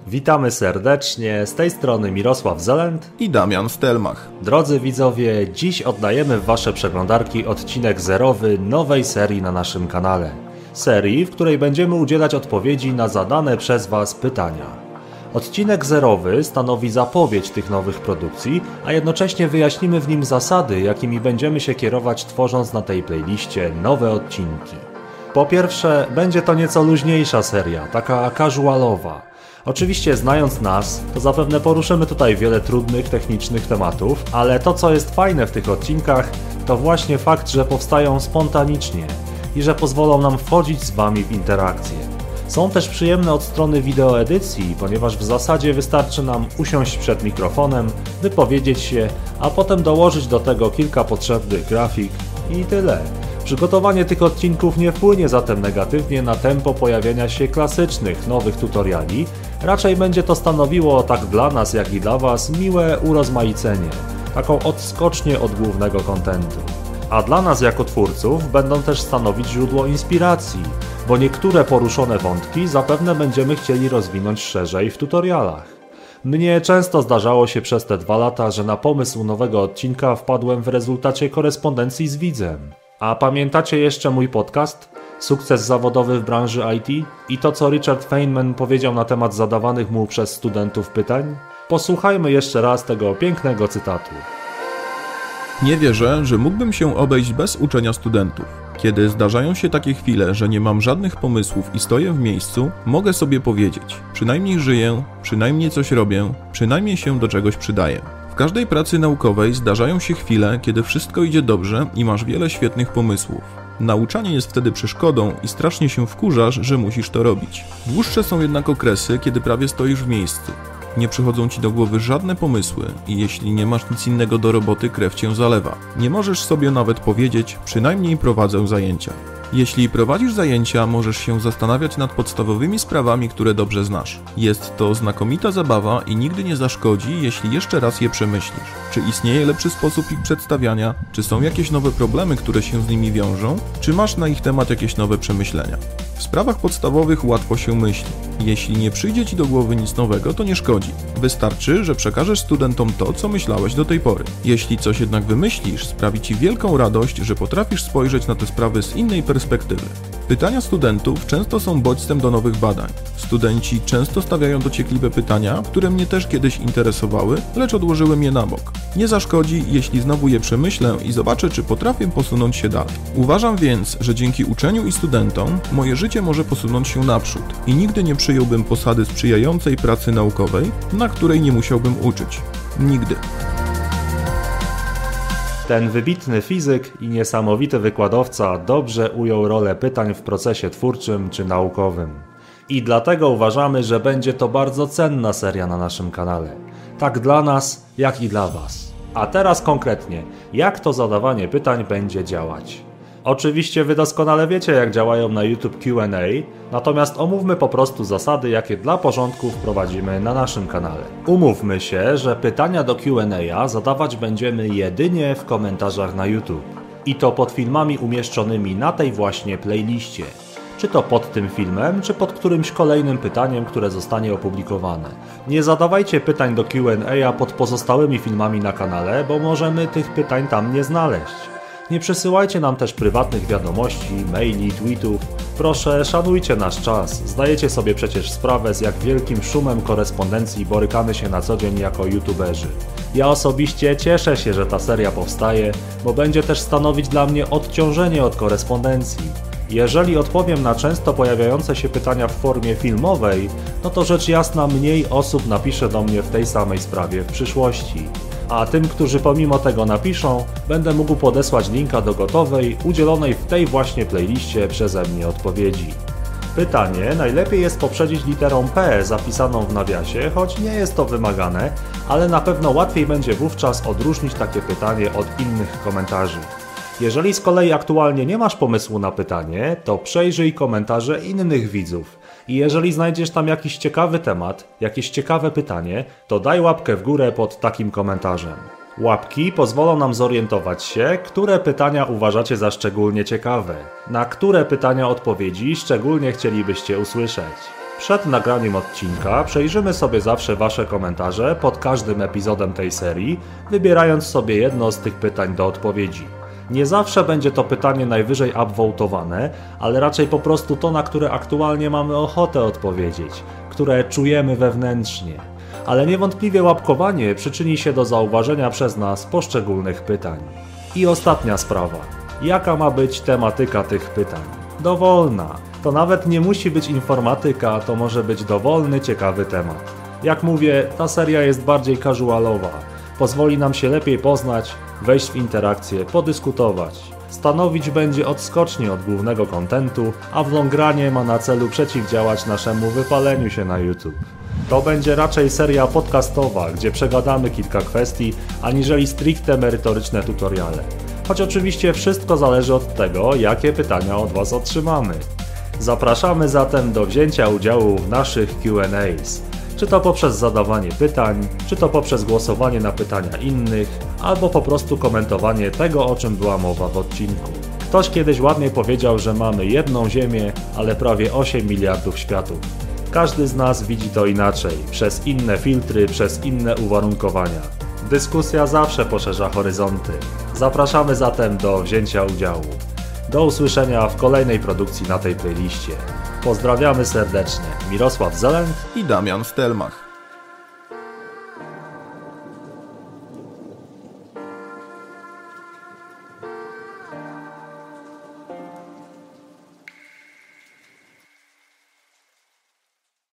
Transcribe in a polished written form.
Witamy serdecznie, z tej strony Mirosław Zelent i Damian Stelmach. Drodzy widzowie, dziś oddajemy w Wasze przeglądarki odcinek zerowy nowej serii na naszym kanale. Serii, w której będziemy udzielać odpowiedzi na zadane przez Was pytania. Odcinek zerowy stanowi zapowiedź tych nowych produkcji, a jednocześnie wyjaśnimy w nim zasady, jakimi będziemy się kierować, tworząc na tej playliście nowe odcinki. Po pierwsze, będzie to nieco luźniejsza seria, taka casualowa. Oczywiście znając nas, to zapewne poruszymy tutaj wiele trudnych, technicznych tematów, ale to co jest fajne w tych odcinkach, to właśnie fakt, że powstają spontanicznie i że pozwolą nam wchodzić z Wami w interakcję. Są też przyjemne od strony wideoedycji, ponieważ w zasadzie wystarczy nam usiąść przed mikrofonem, wypowiedzieć się, a potem dołożyć do tego kilka potrzebnych grafik i tyle. Przygotowanie tych odcinków nie wpłynie zatem negatywnie na tempo pojawiania się klasycznych, nowych tutoriali, raczej będzie to stanowiło tak dla nas, jak i dla Was miłe urozmaicenie, taką odskocznię od głównego kontentu. A dla nas jako twórców będą też stanowić źródło inspiracji, bo niektóre poruszone wątki zapewne będziemy chcieli rozwinąć szerzej w tutorialach. Mnie często zdarzało się przez te 2 lata, że na pomysł nowego odcinka wpadłem w rezultacie korespondencji z widzem. A pamiętacie jeszcze mój podcast? Sukces zawodowy w branży IT? I to co Richard Feynman powiedział na temat zadawanych mu przez studentów pytań? Posłuchajmy jeszcze raz tego pięknego cytatu. Nie wierzę, że mógłbym się obejść bez uczenia studentów. Kiedy zdarzają się takie chwile, że nie mam żadnych pomysłów i stoję w miejscu, mogę sobie powiedzieć: przynajmniej żyję, przynajmniej coś robię, przynajmniej się do czegoś przydaję. W każdej pracy naukowej zdarzają się chwile, kiedy wszystko idzie dobrze i masz wiele świetnych pomysłów. Nauczanie jest wtedy przeszkodą i strasznie się wkurzasz, że musisz to robić. Dłuższe są jednak okresy, kiedy prawie stoisz w miejscu. Nie przychodzą ci do głowy żadne pomysły i jeśli nie masz nic innego do roboty, krew cię zalewa. Nie możesz sobie nawet powiedzieć: przynajmniej prowadzę zajęcia. Jeśli prowadzisz zajęcia, możesz się zastanawiać nad podstawowymi sprawami, które dobrze znasz. Jest to znakomita zabawa i nigdy nie zaszkodzi, jeśli jeszcze raz je przemyślisz. Czy istnieje lepszy sposób ich przedstawiania? Czy są jakieś nowe problemy, które się z nimi wiążą? Czy masz na ich temat jakieś nowe przemyślenia? W sprawach podstawowych łatwo się myśli. Jeśli nie przyjdzie ci do głowy nic nowego, to nie szkodzi. Wystarczy, że przekażesz studentom to, co myślałeś do tej pory. Jeśli coś jednak wymyślisz, sprawi ci wielką radość, że potrafisz spojrzeć na te sprawy z innej perspektywy. Pytania studentów często są bodźcem do nowych badań. Studenci często stawiają dociekliwe pytania, które mnie też kiedyś interesowały, lecz odłożyłem je na bok. Nie zaszkodzi, jeśli znowu je przemyślę i zobaczę, czy potrafię posunąć się dalej. Uważam więc, że dzięki uczeniu i studentom moje życie może posunąć się naprzód i nigdy nie przyjąłbym posady sprzyjającej pracy naukowej, na której nie musiałbym uczyć. Nigdy. Ten wybitny fizyk i niesamowity wykładowca dobrze ujął rolę pytań w procesie twórczym czy naukowym. I dlatego uważamy, że będzie to bardzo cenna seria na naszym kanale. Tak dla nas, jak i dla Was. A teraz konkretnie, jak to zadawanie pytań będzie działać? Oczywiście Wy doskonale wiecie, jak działają na YouTube Q&A, natomiast omówmy po prostu zasady, jakie dla porządku wprowadzimy na naszym kanale. Umówmy się, że pytania do Q&A zadawać będziemy jedynie w komentarzach na YouTube. I to pod filmami umieszczonymi na tej właśnie playliście. Czy to pod tym filmem, czy pod którymś kolejnym pytaniem, które zostanie opublikowane. Nie zadawajcie pytań do Q&A pod pozostałymi filmami na kanale, bo możemy tych pytań tam nie znaleźć. Nie przesyłajcie nam też prywatnych wiadomości, maili, tweetów. Proszę, szanujcie nasz czas. Zdajecie sobie przecież sprawę, z jak wielkim szumem korespondencji borykamy się na co dzień jako youtuberzy. Ja osobiście cieszę się, że ta seria powstaje, bo będzie też stanowić dla mnie odciążenie od korespondencji. Jeżeli odpowiem na często pojawiające się pytania w formie filmowej, no to rzecz jasna mniej osób napisze do mnie w tej samej sprawie w przyszłości. A tym, którzy pomimo tego napiszą, będę mógł podesłać linka do gotowej, udzielonej w tej właśnie playliście przeze mnie odpowiedzi. Pytanie najlepiej jest poprzedzić literą P zapisaną w nawiasie, choć nie jest to wymagane, ale na pewno łatwiej będzie wówczas odróżnić takie pytanie od innych komentarzy. Jeżeli z kolei aktualnie nie masz pomysłu na pytanie, to przejrzyj komentarze innych widzów i jeżeli znajdziesz tam jakiś ciekawy temat, jakieś ciekawe pytanie, to daj łapkę w górę pod takim komentarzem. Łapki pozwolą nam zorientować się, które pytania uważacie za szczególnie ciekawe, na które pytania odpowiedzi szczególnie chcielibyście usłyszeć. Przed nagraniem odcinka przejrzymy sobie zawsze Wasze komentarze pod każdym epizodem tej serii, wybierając sobie jedno z tych pytań do odpowiedzi. Nie zawsze będzie to pytanie najwyżej upvotowane, ale raczej po prostu to, na które aktualnie mamy ochotę odpowiedzieć, które czujemy wewnętrznie. Ale niewątpliwie łapkowanie przyczyni się do zauważenia przez nas poszczególnych pytań. I ostatnia sprawa. Jaka ma być tematyka tych pytań? Dowolna. To nawet nie musi być informatyka, to może być dowolny, ciekawy temat. Jak mówię, ta seria jest bardziej casualowa. Pozwoli nam się lepiej poznać, wejść w interakcję, podyskutować. Stanowić będzie odskocznie od głównego kontentu, a w longranie ma na celu przeciwdziałać naszemu wypaleniu się na YouTube. To będzie raczej seria podcastowa, gdzie przegadamy kilka kwestii, aniżeli stricte merytoryczne tutoriale. Choć oczywiście wszystko zależy od tego, jakie pytania od Was otrzymamy. Zapraszamy zatem do wzięcia udziału w naszych Q&As. Czy to poprzez zadawanie pytań, czy to poprzez głosowanie na pytania innych, albo po prostu komentowanie tego, o czym była mowa w odcinku. Ktoś kiedyś ładnie powiedział, że mamy jedną Ziemię, ale prawie 8 miliardów światów. Każdy z nas widzi to inaczej, przez inne filtry, przez inne uwarunkowania. Dyskusja zawsze poszerza horyzonty. Zapraszamy zatem do wzięcia udziału. Do usłyszenia w kolejnej produkcji na tej playliście. Pozdrawiamy serdecznie. Mirosław Zelent i Damian Stelmach.